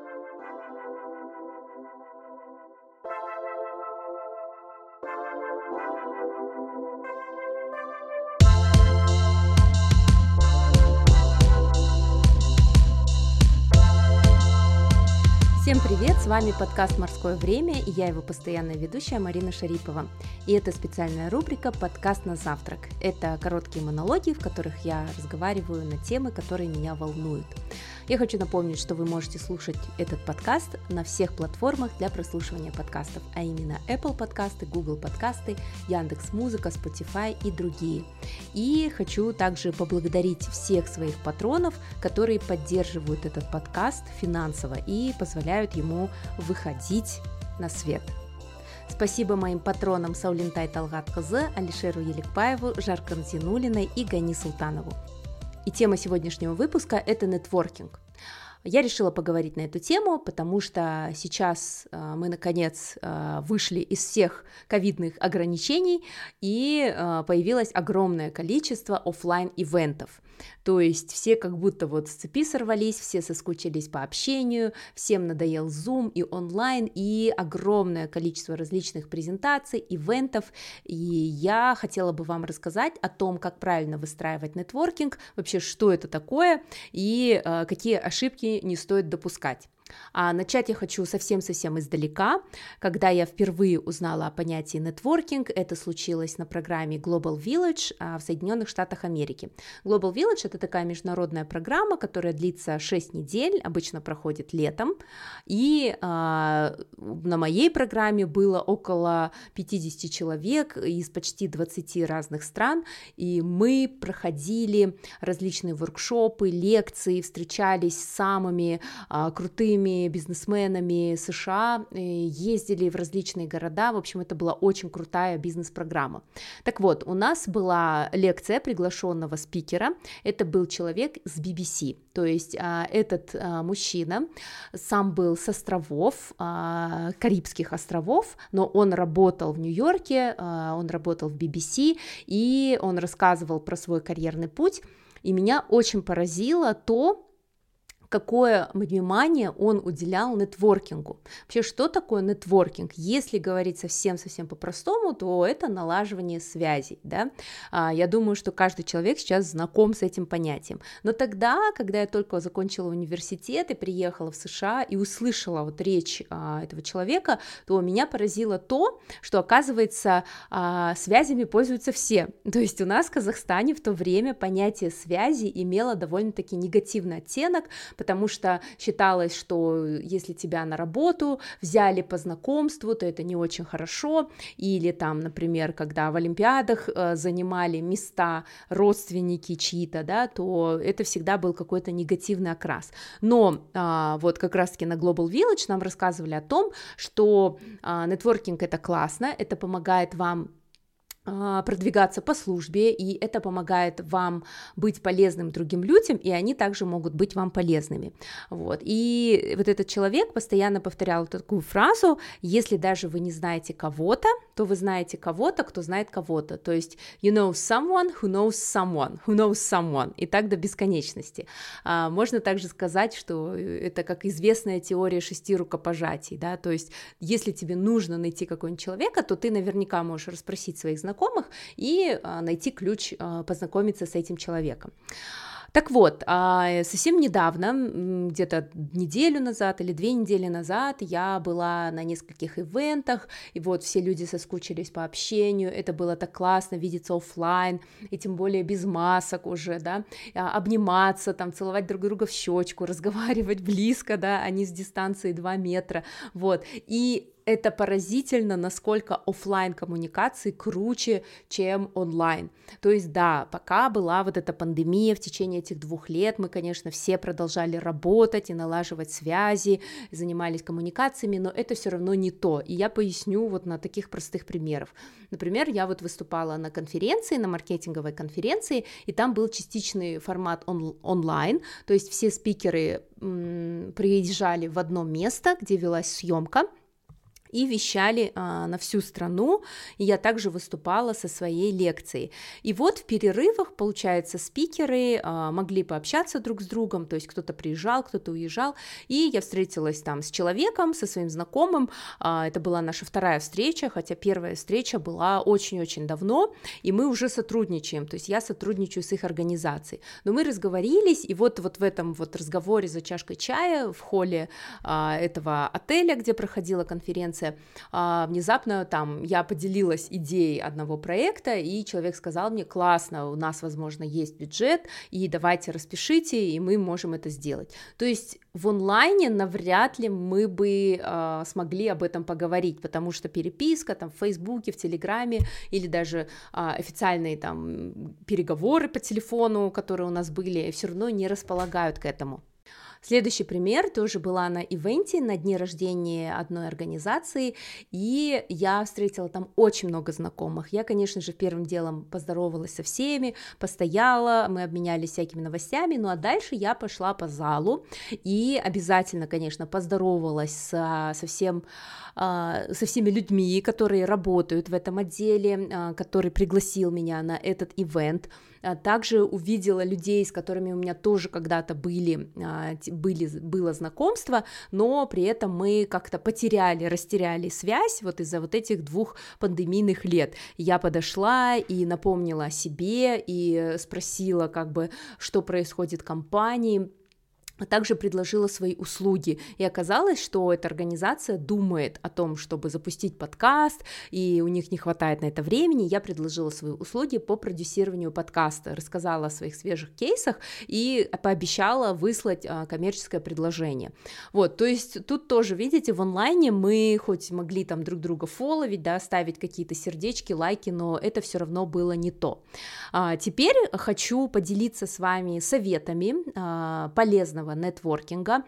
Всем привет, с вами подкаст «Морское время» и я его постоянная ведущая Марина Шарипова. И это специальная рубрика «Подкаст на завтрак». Это короткие монологи, в которых я разговариваю на темы, которые меня волнуют. Я хочу напомнить, что вы можете слушать этот подкаст на всех платформах для прослушивания подкастов, а именно Apple подкасты, Google подкасты, Яндекс.Музыка, Spotify и другие. И хочу также поблагодарить всех своих патронов, которые поддерживают этот подкаст финансово и позволяют ему выходить на свет. Спасибо моим патронам Саулинтай Талгат-Кызы, Алишеру Еликбаеву, Жаркан Зинулиной и Гани Султанову. И тема сегодняшнего выпуска – это нетворкинг. Я решила поговорить на эту тему, потому что сейчас мы, наконец, вышли из всех ковидных ограничений, и появилось огромное количество офлайн-ивентов. То есть все как будто вот с цепи сорвались, все соскучились по общению, всем надоел Zoom и онлайн, и огромное количество различных презентаций, ивентов. И я хотела бы вам рассказать о том, как правильно выстраивать нетворкинг, вообще что это такое и какие ошибки не стоит допускать. А начать я хочу совсем-совсем издалека. Когда я впервые узнала о понятии нетворкинг, это случилось на программе Global Village в Соединенных Штатах Америки. Global Village — это такая международная программа, которая длится 6 недель, обычно проходит летом, и на моей программе было около 50 человек из почти 20 разных стран, и мы проходили различные воркшопы, лекции, встречались с самыми крутыми бизнесменами США, ездили в различные города, в общем, это была очень крутая бизнес-программа. Так вот, у нас была лекция приглашенного спикера, это был человек с BBC, то есть этот мужчина сам был с островов, Карибских островов, но он работал в Нью-Йорке, он работал в BBC, и он рассказывал про свой карьерный путь, и меня очень поразило то, какое внимание он уделял нетворкингу. Вообще, что такое нетворкинг? Если говорить совсем-совсем по-простому, то это налаживание связей, да? Я думаю, что каждый человек сейчас знаком с этим понятием. Но тогда, когда я только закончила университет и приехала в США и услышала вот речь этого человека, то меня поразило то, что, оказывается, связями пользуются все. То есть у нас в Казахстане в то время понятие связи имело довольно-таки негативный оттенок, потому что считалось, что если тебя на работу взяли по знакомству, то это не очень хорошо, или там, например, когда в олимпиадах занимали места родственники чьи-то, да, то это всегда был какой-то негативный окрас. Но вот как раз-таки на Global Village нам рассказывали о том, что нетворкинг — это классно, это помогает вам продвигаться по службе, и это помогает вам быть полезным другим людям, и они также могут быть вам полезными. Вот. И вот этот человек постоянно повторял такую фразу: если даже вы не знаете кого-то, то вы знаете кого-то, кто знает кого-то. То есть you know someone who knows someone, who knows someone, и так до бесконечности. Можно также сказать, что это как известная теория 6 рукопожатий, да, то есть если тебе нужно найти какого-нибудь человека, то ты наверняка можешь расспросить своих знакомых и найти ключ, познакомиться с этим человеком. Так вот, совсем недавно, где-то неделю назад или 2 недели назад, я была на нескольких ивентах, и вот все люди соскучились по общению, это было так классно видеться офлайн, и тем более без масок уже, да, обниматься, там, целовать друг друга в щечку, разговаривать близко, да, а не с дистанции 2 метра, вот, и это поразительно, насколько офлайн коммуникации круче, чем онлайн. То есть, да, пока была вот эта пандемия, в течение этих 2 лет мы, конечно, все продолжали работать и налаживать связи, занимались коммуникациями, но это все равно не то. И я поясню вот на таких простых примерах. Например, я вот выступала на конференции, на маркетинговой конференции, и там был частичный формат онлайн, то есть все спикеры приезжали в одно место, где велась съемка, и вещали на всю страну, и я также выступала со своей лекцией. И вот в перерывах, получается, спикеры могли пообщаться друг с другом, то есть кто-то приезжал, кто-то уезжал, и я встретилась там с человеком, со своим знакомым, это была наша вторая встреча, хотя первая встреча была очень-очень давно, и мы уже сотрудничаем, то есть я сотрудничаю с их организацией, но мы разговорились, и вот в этом вот разговоре за чашкой чая в холле этого отеля, где проходила конференция, внезапно там я поделилась идеей одного проекта, и человек сказал мне: классно, у нас, возможно, есть бюджет, и давайте распишите, и мы можем это сделать. То есть в онлайне навряд ли мы бы смогли об этом поговорить, потому что переписка там в Фейсбуке, в Телеграме или даже официальные там переговоры по телефону, которые у нас были, все равно не располагают к этому. Следующий пример, тоже была на ивенте, на дне рождения одной организации, и я встретила там очень много знакомых. Я, конечно же, первым делом поздоровалась со всеми, постояла, мы обменялись всякими новостями, ну а дальше я пошла по залу и обязательно, конечно, поздоровалась со всеми людьми, которые работают в этом отделе, который пригласил меня на этот ивент. Также увидела людей, с которыми у меня тоже когда-то было знакомство, но при этом мы как-то растеряли связь вот из-за вот этих 2 пандемийных лет. Я подошла и напомнила о себе, и спросила, как бы, что происходит в компании, а также предложила свои услуги, и оказалось, что эта организация думает о том, чтобы запустить подкаст, и у них не хватает на это времени. Я предложила свои услуги по продюсированию подкаста, рассказала о своих свежих кейсах и пообещала выслать коммерческое предложение. Вот, то есть тут тоже, видите, в онлайне мы хоть могли там друг друга фолловить, да, ставить какие-то сердечки, лайки, но это все равно было не то. Теперь хочу поделиться с вами советами полезного нетворкинга,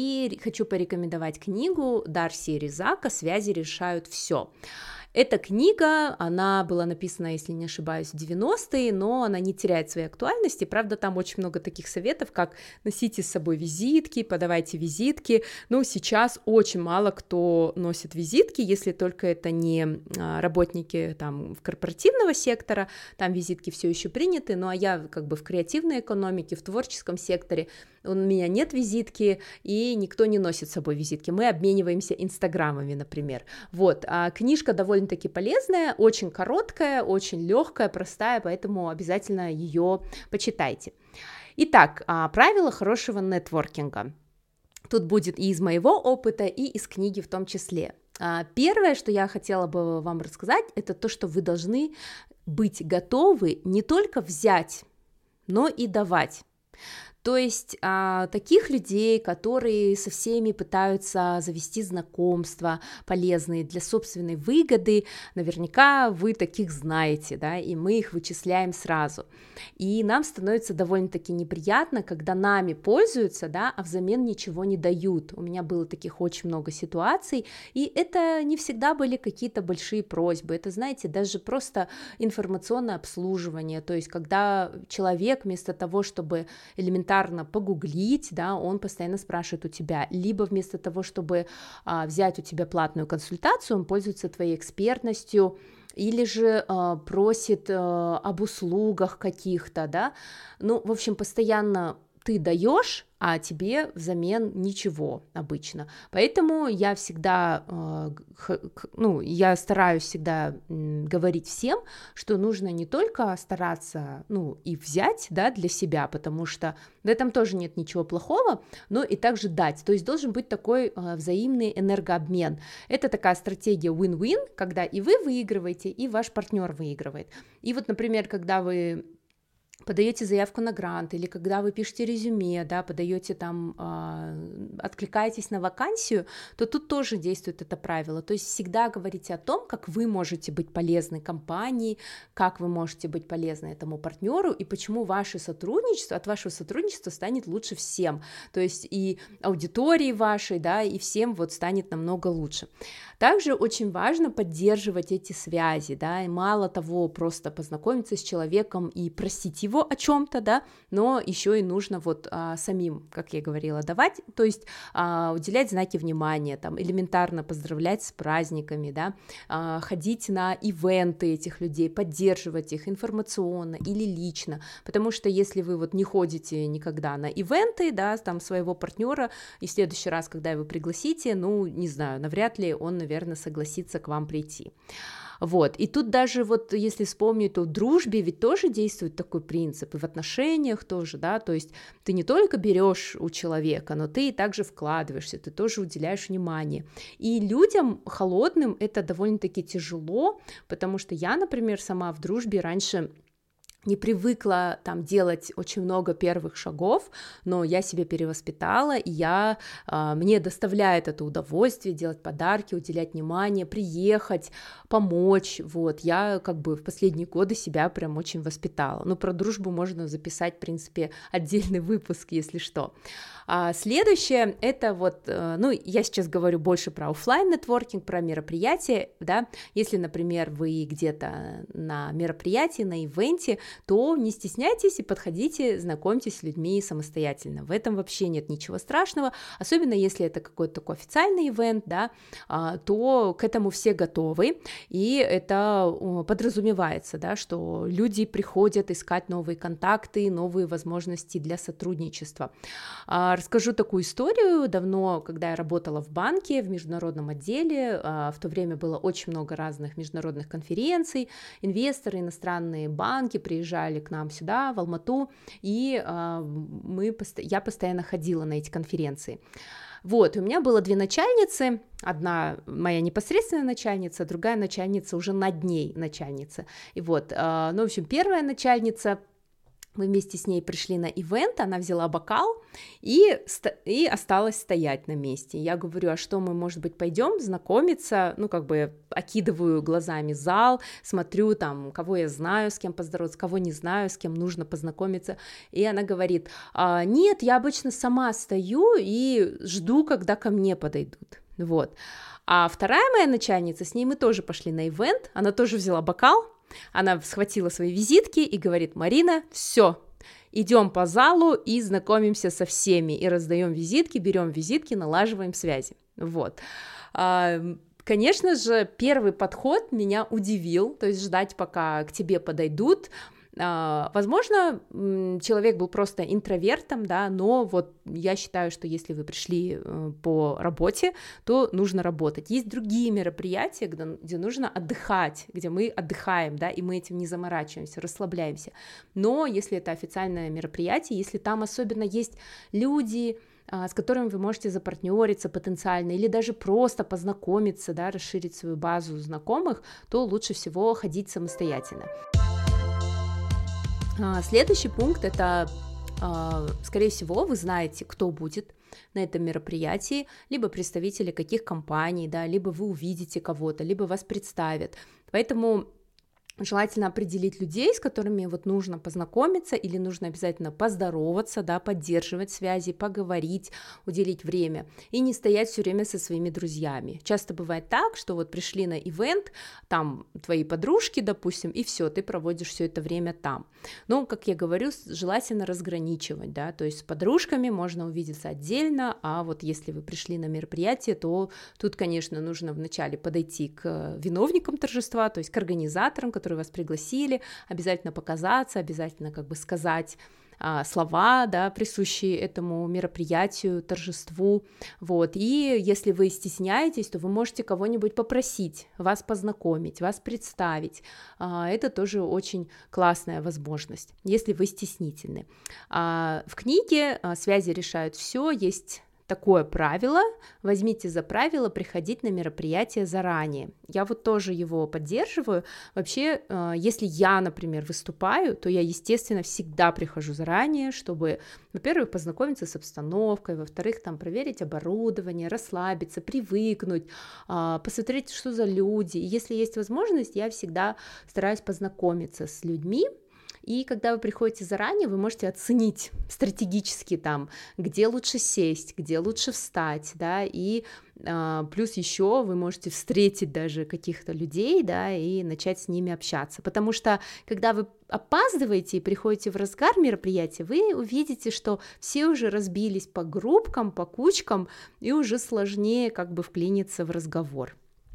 и хочу порекомендовать книгу Дарси Ризака «Связи решают все». Эта книга, она была написана, если не ошибаюсь, в 90-е, но она не теряет своей актуальности, правда, там очень много таких советов, как носите с собой визитки, подавайте визитки, но сейчас очень мало кто носит визитки, если только это не работники там корпоративного сектора, там визитки все еще приняты, ну а я как бы в креативной экономике, в творческом секторе, у меня нет визитки, и никто не носит с собой визитки, мы обмениваемся инстаграмами, например. Вот, книжка довольно-таки полезная, очень короткая, очень легкая, простая, поэтому обязательно ее почитайте. Итак, правила хорошего нетворкинга. Тут будет и из моего опыта, и из книги в том числе. Первое, что я хотела бы вам рассказать, это то, что вы должны быть готовы не только взять, но и давать. То есть таких людей, которые со всеми пытаются завести знакомства полезные для собственной выгоды, наверняка вы таких знаете, да, и мы их вычисляем сразу. И нам становится довольно-таки неприятно, когда нами пользуются, да, а взамен ничего не дают. У меня было таких очень много ситуаций, и это не всегда были какие-то большие просьбы, это, знаете, даже просто информационное обслуживание, то есть когда человек вместо того, чтобы элементарно погуглить, да, он постоянно спрашивает у тебя, либо вместо того, чтобы взять у тебя платную консультацию, он пользуется твоей экспертностью, или же просит об услугах каких-то, да, ну, в общем, постоянно ты даешь, а тебе взамен ничего обычно. Поэтому я всегда, я стараюсь всегда говорить всем, что нужно не только стараться, и взять, да, для себя, потому что в этом тоже нет ничего плохого, но и также дать. То есть должен быть такой взаимный энергообмен. Это такая стратегия win-win, когда и вы выигрываете, и ваш партнер выигрывает. И вот, например, когда вы подаете заявку на грант, или когда вы пишете резюме, да, подаете там, откликаетесь на вакансию, то тут тоже действует это правило, то есть всегда говорите о том, как вы можете быть полезны компании, как вы можете быть полезны этому партнеру, и почему от вашего сотрудничества станет лучше всем, то есть и аудитории вашей, да, и всем вот станет намного лучше. Также очень важно поддерживать эти связи, да, и мало того, просто познакомиться с человеком и простить его о чем-то, да, но еще и нужно вот самим, как я говорила, давать, то есть уделять знаки внимания, там, элементарно поздравлять с праздниками, да, ходить на ивенты этих людей, поддерживать их информационно или лично, потому что если вы вот не ходите никогда на ивенты, да, там, своего партнера, и в следующий раз, когда его пригласите, ну, не знаю, навряд ли он, наверное, согласится к вам прийти. Вот, и тут даже вот, если вспомнить, то в дружбе ведь тоже действует такой принцип, и в отношениях тоже, да, то есть ты не только берешь у человека, но ты и также вкладываешься, ты тоже уделяешь внимание, и людям холодным это довольно-таки тяжело, потому что я, например, сама в дружбе раньше не привыкла там делать очень много первых шагов, но я себя перевоспитала, и мне доставляет это удовольствие делать подарки, уделять внимание, приехать, помочь, вот, я как бы в последние годы себя прям очень воспитала, ну, про дружбу можно записать, в принципе, отдельный выпуск, если что. Следующее, это вот, ну, я сейчас говорю больше про офлайн нетворкинг, про мероприятия, да, если, например, вы где-то на мероприятии, на ивенте, то не стесняйтесь и подходите, знакомьтесь с людьми самостоятельно, в этом вообще нет ничего страшного, особенно если это какой-то такой официальный ивент, да, то к этому все готовы, и это подразумевается, да, что люди приходят искать новые контакты, новые возможности для сотрудничества. Расскажу такую историю. Давно, когда я работала в банке, в международном отделе, в то время было очень много разных международных конференций, инвесторы, иностранные банки приезжали к нам сюда, в Алмату, и я постоянно ходила на эти конференции. Вот, у меня было 2 начальницы, одна моя непосредственная начальница, другая начальница уже над ней начальница, и вот, ну, в общем, первая начальница, мы вместе с ней пришли на ивент, она взяла бокал и осталась стоять на месте. Я говорю, а что, мы, может быть, пойдем знакомиться? Ну, как бы окидываю глазами зал, смотрю там, кого я знаю, с кем поздороваться, кого не знаю, с кем нужно познакомиться. И она говорит, нет, я обычно сама стою и жду, когда ко мне подойдут. Вот. А вторая моя начальница, с ней мы тоже пошли на ивент, она тоже взяла бокал, она схватила свои визитки и говорит, Марина, все, идем по залу и знакомимся со всеми, и раздаем визитки, берем визитки, налаживаем связи. Вот. Конечно же, первый подход меня удивил, то есть ждать, пока к тебе подойдут. Возможно, человек был просто интровертом, да, но вот я считаю, что если вы пришли по работе, то нужно работать. Есть другие мероприятия, где нужно отдыхать, где мы отдыхаем, да, и мы этим не заморачиваемся, расслабляемся. Но если это официальное мероприятие, если там особенно есть люди, с которыми вы можете запартнериться потенциально или даже просто познакомиться, да, расширить свою базу знакомых, то лучше всего ходить самостоятельно. Следующий пункт – это, скорее всего, вы знаете, кто будет на этом мероприятии, либо представители каких компаний, да, либо вы увидите кого-то, либо вас представят. Поэтому желательно определить людей, с которыми вот нужно познакомиться или нужно обязательно поздороваться, да, поддерживать связи, поговорить, уделить время и не стоять все время со своими друзьями. Часто бывает так, что вот пришли на ивент, там твои подружки, допустим, и все, ты проводишь все это время там. Но, как я говорю, желательно разграничивать, да, то есть с подружками можно увидеться отдельно, а вот если вы пришли на мероприятие, то тут, конечно, нужно вначале подойти к виновникам торжества, то есть к организаторам, которые вас пригласили, обязательно показаться, обязательно как бы сказать слова, да, присущие этому мероприятию, торжеству, вот, и если вы стесняетесь, то вы можете кого-нибудь попросить вас познакомить, вас представить, это тоже очень классная возможность, если вы стеснительны. В книге «Связи решают все» есть такое правило, возьмите за правило приходить на мероприятие заранее. Я вот тоже его поддерживаю. Вообще, если я, например, выступаю, то я, естественно, всегда прихожу заранее, чтобы, во-первых, познакомиться с обстановкой, во-вторых, там проверить оборудование, расслабиться, привыкнуть, посмотреть, что за люди. И если есть возможность, я всегда стараюсь познакомиться с людьми, И когда вы приходите заранее, вы можете оценить стратегически там, где лучше сесть, где лучше встать, да, и плюс еще вы можете встретить даже каких-то людей, да, и начать с ними общаться, потому что когда вы опаздываете и приходите в разгар мероприятия, вы увидите, что все уже разбились по группкам, по кучкам, и уже сложнее как бы вклиниться в разговор.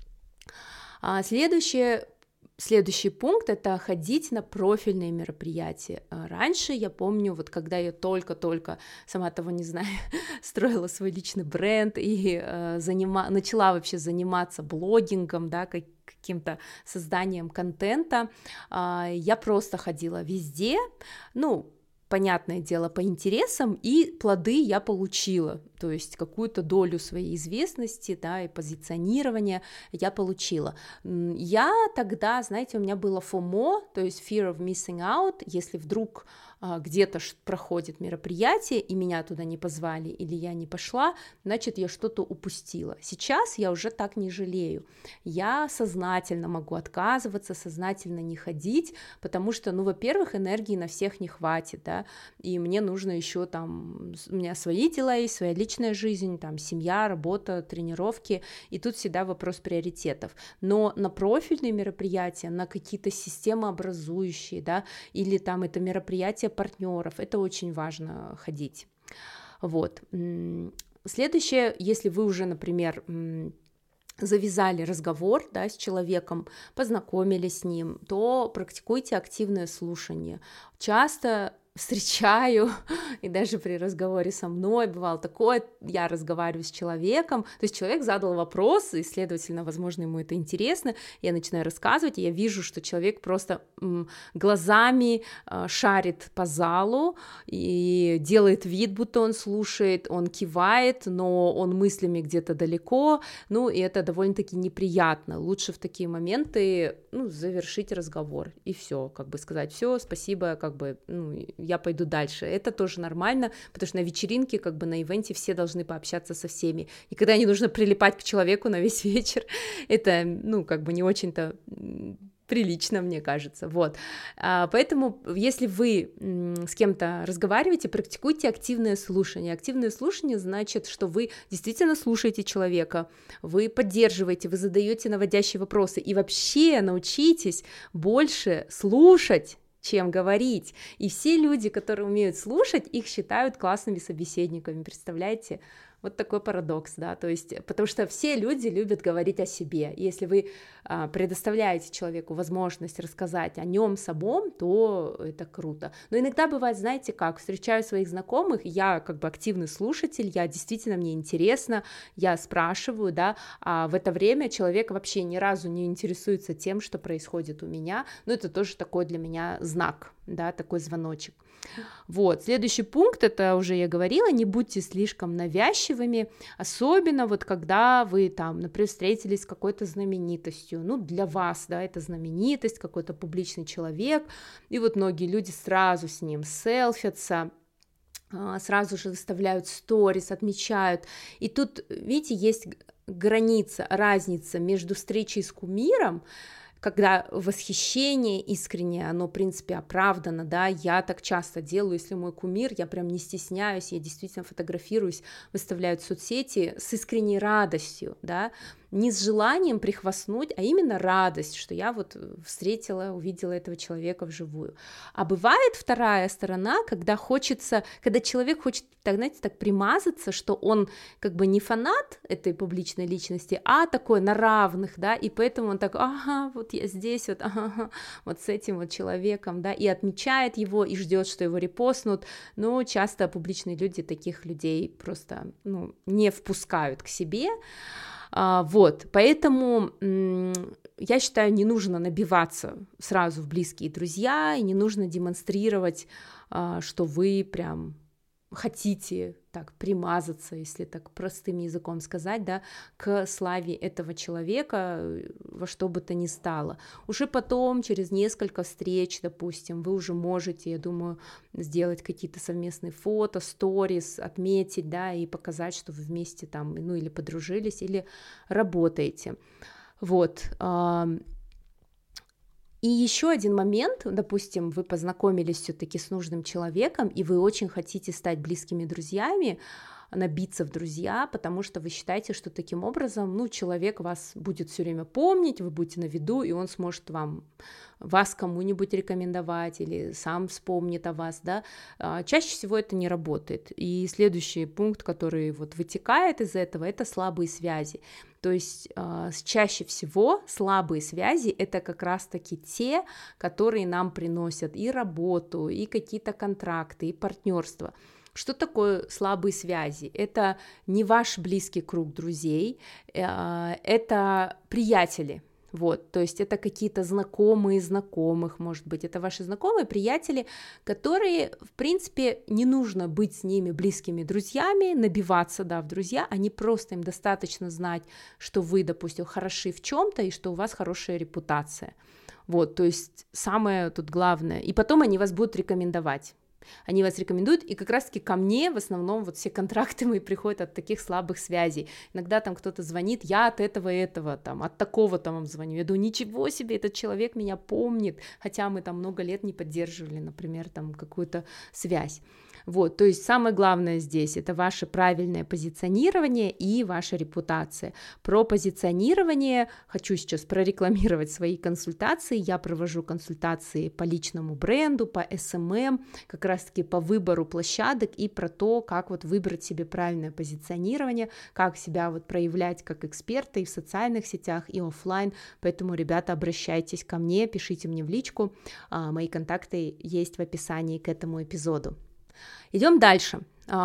Следующий пункт — это ходить на профильные мероприятия. Раньше, я помню, вот когда я только-только, сама того не знаю, строила свой личный бренд и начала вообще заниматься блогингом, да, каким-то созданием контента, я просто ходила везде, понятное дело, по интересам, и плоды я получила, то есть какую-то долю своей известности, да, и позиционирования я получила. Я тогда, знаете, у меня было FOMO, то есть fear of missing out, если вдруг где-то проходит мероприятие, и меня туда не позвали, или я не пошла, значит, я что-то упустила. Сейчас я уже так не жалею. Я сознательно могу отказываться, сознательно не ходить, потому что, во-первых, энергии на всех не хватит, да, и мне нужно еще там, у меня свои дела есть, своя личная жизнь, там, семья, работа, тренировки, и тут всегда вопрос приоритетов. Но на профильные мероприятия, на какие-то системообразующие, да, или там это мероприятие партнеров, это очень важно ходить. Вот. Следующее, если вы уже, например, завязали разговор, да, с человеком, познакомились с ним, то практикуйте активное слушание. Часто встречаю, и даже при разговоре со мной бывало такое, я разговариваю с человеком, то есть человек задал вопрос, и, следовательно, возможно, ему это интересно, я начинаю рассказывать, и я вижу, что человек просто глазами шарит по залу и делает вид, будто он слушает, он кивает, но он мыслями где-то далеко, и это довольно-таки неприятно. Лучше в такие моменты, завершить разговор, и все, как бы сказать, все, спасибо, как бы, я пойду дальше. Это тоже нормально, потому что на вечеринке, как бы на ивенте все должны пообщаться со всеми. Никогда не нужно прилипать к человеку на весь вечер. Это, как бы не очень-то прилично, мне кажется, вот. Поэтому, если вы с кем-то разговариваете, практикуйте активное слушание. Активное слушание значит, что вы действительно слушаете человека, вы поддерживаете, вы задаете наводящие вопросы, и вообще научитесь больше слушать, чем говорить. И все люди, которые умеют слушать, их считают классными собеседниками, представляете? Вот такой парадокс, да, то есть, потому что все люди любят говорить о себе, и если вы предоставляете человеку возможность рассказать о нем самом, то это круто. Но иногда бывает, знаете как, встречаю своих знакомых, я как бы активный слушатель, я действительно, мне интересно, я спрашиваю, да, а в это время человек вообще ни разу не интересуется тем, что происходит у меня, это тоже такой для меня знак, да, такой звоночек. Вот, следующий пункт, это уже я говорила, не будьте слишком навязчивыми, особенно вот когда вы там, например, встретились с какой-то знаменитостью, для вас, да, это знаменитость, какой-то публичный человек, и вот многие люди сразу с ним селфятся, сразу же выставляют сторис, отмечают, и тут, видите, есть граница, разница между встречей с кумиром, когда восхищение искреннее, оно, в принципе, оправдано, да, я так часто делаю, если мой кумир, я прям не стесняюсь, я действительно фотографируюсь, выставляю в соцсети с искренней радостью, да, не с желанием прихвастнуть, а именно радость, что я вот встретила, увидела этого человека вживую. А бывает вторая сторона, когда человек хочет, так, знаете, так примазаться, что он как бы не фанат этой публичной личности, а такой на равных, да, и поэтому он так, вот я здесь, вот с этим вот человеком, да, и отмечает его, и ждет, что его репостнут, но часто публичные люди таких людей просто, не впускают к себе. Вот, поэтому я считаю, не нужно набиваться сразу в близкие друзья, и не нужно демонстрировать, что вы прям хотите так примазаться, если так простым языком сказать, да, к славе этого человека во что бы то ни стало. Уже потом, через несколько встреч, допустим, вы уже можете, я думаю, сделать какие-то совместные фото, сторис, отметить, да, и показать, что вы вместе там, или подружились, или работаете. Вот. И еще один момент, допустим, вы познакомились все-таки с нужным человеком, и вы очень хотите стать близкими друзьями, набиться в друзья, потому что вы считаете, что таким образом, человек вас будет все время помнить, вы будете на виду, и он сможет вас кому-нибудь рекомендовать или сам вспомнит о вас, да, чаще всего это не работает. И следующий пункт, который вот вытекает из этого, это слабые связи. То есть чаще всего слабые связи — это как раз-таки те, которые нам приносят и работу, и какие-то контракты, и партнерство. Что такое слабые связи? Это не ваш близкий круг друзей, это приятели. Вот, то есть это какие-то знакомые знакомых, может быть, это ваши знакомые, приятели, которые, в принципе, не нужно быть с ними близкими друзьями, набиваться, в друзья, они просто, им достаточно знать, что вы, допустим, хороши в чем-то и что у вас хорошая репутация. Вот, то есть самое тут главное, и потом они вас будут рекомендовать. Они вас рекомендуют, и как раз-таки ко мне в основном вот все контракты мои приходят от таких слабых связей. Иногда там кто-то звонит, я от этого, от такого-то вам звоню. Я думаю, ничего себе, этот человек меня помнит, хотя мы там много лет не поддерживали, например, там какую-то связь. Вот, то есть самое главное здесь — это ваше правильное позиционирование и ваша репутация. Про позиционирование хочу сейчас прорекламировать свои консультации. Я провожу консультации по личному бренду, по SMM, как раз-таки по выбору площадок и про то, как вот выбрать себе правильное позиционирование, как себя вот проявлять как эксперта и в социальных сетях, и офлайн. Поэтому, ребята, обращайтесь ко мне, пишите мне в личку, мои контакты есть в описании к этому эпизоду. Идем дальше.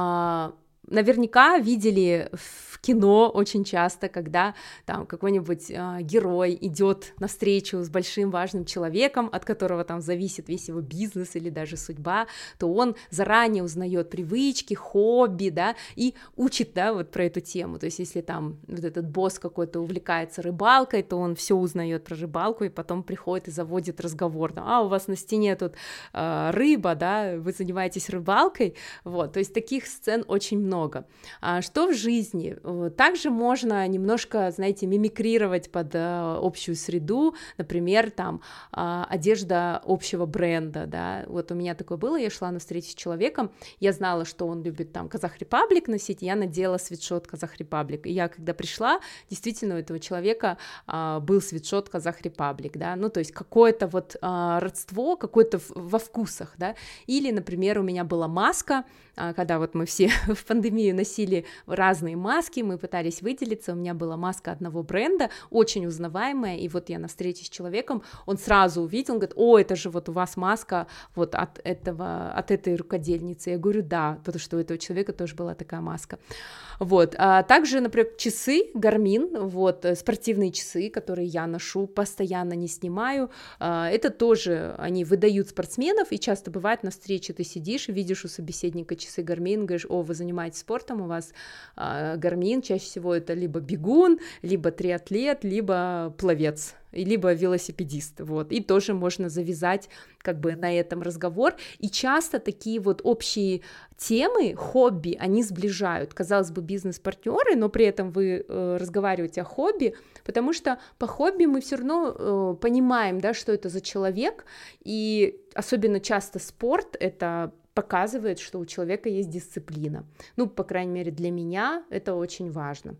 Наверняка видели в кино очень часто, когда там какой-нибудь герой идет навстречу с большим важным человеком, от которого там зависит весь его бизнес или даже судьба, то он заранее узнает привычки, хобби, да, и учит, да, вот про эту тему. То есть если там вот этот босс какой-то увлекается рыбалкой, то он все узнает про рыбалку и потом приходит и заводит разговор. У вас на стене тут рыба, да, вы занимаетесь рыбалкой, вот, то есть таких сцен очень много. Что в жизни? Также можно немножко, знаете, мимикрировать под общую среду, например, там одежда общего бренда, да, вот у меня такое было, я шла на встречу с человеком, я знала, что он любит там Казах Репаблик носить, я надела свитшот Казах Репаблик, и я когда пришла, действительно у этого человека был свитшот Казах Репаблик, да, то есть какое-то вот родство, какое-то во вкусах, да, или, например, у меня была маска, когда вот мы все в пандемию носили разные маски, мы пытались выделиться, у меня была маска одного бренда, очень узнаваемая, и вот я на встрече с человеком, он сразу увидел, он говорит, это же вот у вас маска вот от этой рукодельницы, я говорю, да, потому что у этого человека тоже была такая маска, вот, также, например, часы Garmin, вот, спортивные часы, которые я ношу, постоянно не снимаю, это тоже, они выдают спортсменов, и часто бывает на встрече ты сидишь и видишь у собеседника часы Garmin, говоришь, вы занимаетесь спортом, у вас Garmin, чаще всего это либо бегун, либо триатлет, либо пловец, либо велосипедист, вот, и тоже можно завязать как бы на этом разговор, и часто такие вот общие темы, хобби, они сближают, казалось бы, бизнес-партнеры, но при этом вы разговариваете о хобби, потому что по хобби мы все равно понимаем, да, что это за человек, и особенно часто спорт — это показывает, что у человека есть дисциплина. По крайней мере, для меня это очень важно.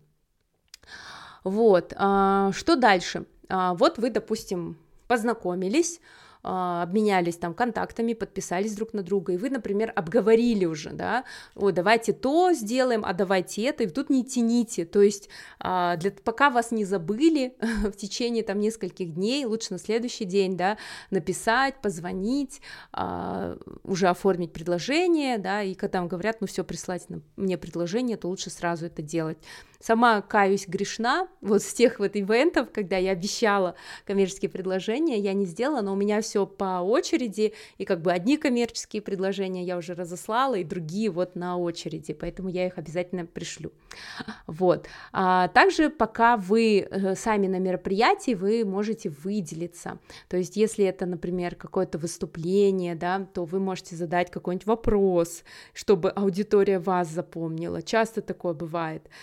Вот, что дальше? Вот вы, допустим, познакомились, обменялись там контактами, подписались друг на друга, и вы, например, обговорили уже, да, давайте то сделаем, давайте это, и тут не тяните, то есть пока вас не забыли в течение там нескольких дней, лучше на следующий день, да, написать, позвонить, уже оформить предложение, да, и когда вам говорят, все, прислать мне предложение, то лучше сразу это делать. Сама каюсь грешна, вот с тех вот ивентов, когда я обещала коммерческие предложения, я не сделала, но у меня все по очереди, и как бы одни коммерческие предложения я уже разослала, и другие вот на очереди, поэтому я их обязательно пришлю. Вот. Также пока вы сами на мероприятии, вы можете выделиться, то есть если это, например, какое-то выступление, да, то вы можете задать какой-нибудь вопрос, чтобы аудитория вас запомнила, часто такое бывает, да,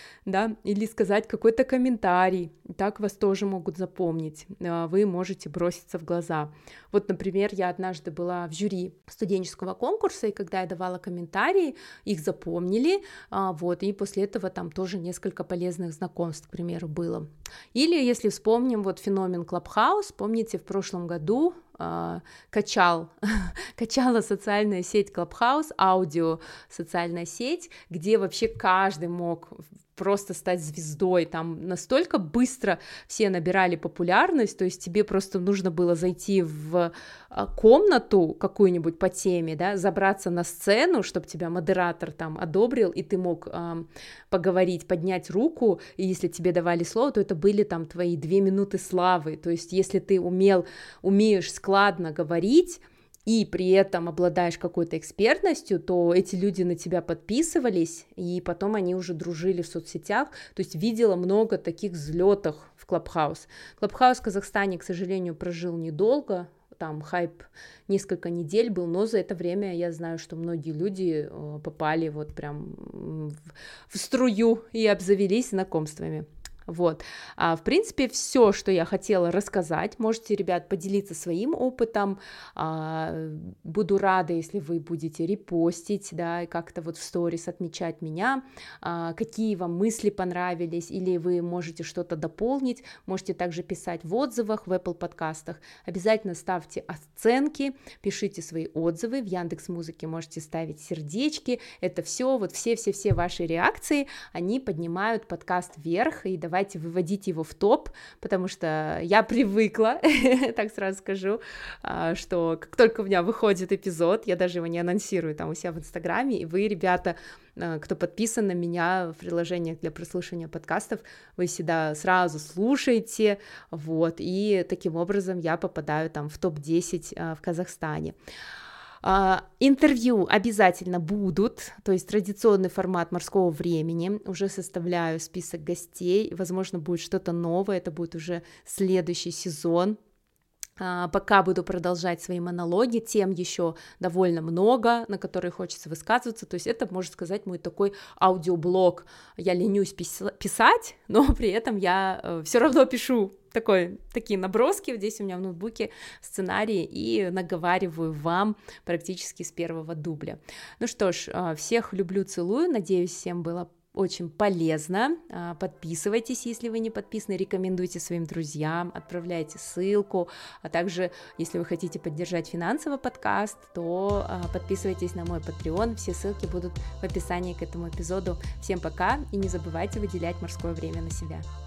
да, или сказать какой-то комментарий, так вас тоже могут запомнить, вы можете броситься в глаза. Вот, например, я однажды была в жюри студенческого конкурса, и когда я давала комментарии, их запомнили, вот, и после этого там тоже несколько полезных знакомств, к примеру, было. Или, если вспомним вот феномен Clubhouse, помните, в прошлом году качала социальная сеть Clubhouse, аудио социальная сеть, где вообще каждый мог просто стать звездой, там настолько быстро все набирали популярность, то есть тебе просто нужно было зайти в комнату какую-нибудь по теме, да, забраться на сцену, чтобы тебя модератор там одобрил, и ты мог поговорить, поднять руку, и если тебе давали слово, то это были там твои 2 минуты славы, то есть если ты умеешь складно говорить, и при этом обладаешь какой-то экспертностью, то эти люди на тебя подписывались, и потом они уже дружили в соцсетях, то есть видела много таких взлетов в Clubhouse. Clubhouse в Казахстане, к сожалению, прожил недолго, там хайп несколько недель был, но за это время я знаю, что многие люди попали вот прям в струю и обзавелись знакомствами. Вот, в принципе, все, что я хотела рассказать, можете, ребят, поделиться своим опытом, буду рада, если вы будете репостить, да, и как-то вот в сторис отмечать меня, какие вам мысли понравились, или вы можете что-то дополнить, можете также писать в отзывах в Apple подкастах, обязательно ставьте оценки, пишите свои отзывы, в Яндекс.Музыке можете ставить сердечки, это все, вот все ваши реакции, они поднимают подкаст вверх, и давайте выводить его в топ, потому что я привыкла, так сразу скажу, что как только у меня выходит эпизод, я даже его не анонсирую там у себя в Инстаграме, и вы, ребята, кто подписан на меня в приложениях для прослушивания подкастов, вы всегда сразу слушаете, вот, и таким образом я попадаю там в топ-10 в Казахстане. Интервью обязательно будут, то есть традиционный формат морского времени, уже составляю список гостей, возможно, будет что-то новое, это будет уже следующий сезон. Пока буду продолжать свои монологи, тем еще довольно много, на которые хочется высказываться, то есть это, можно сказать, мой такой аудиоблог, я ленюсь писать, но при этом я все равно пишу такие наброски, здесь у меня в ноутбуке сценарии, и наговариваю вам практически с первого дубля. Ну что ж, всех люблю, целую, надеюсь, всем было очень полезно. Подписывайтесь, если вы не подписаны, рекомендуйте своим друзьям, отправляйте ссылку, а также, если вы хотите поддержать финансово подкаст, то подписывайтесь на мой Patreon, все ссылки будут в описании к этому эпизоду. Всем пока, и не забывайте выделять морское время на себя.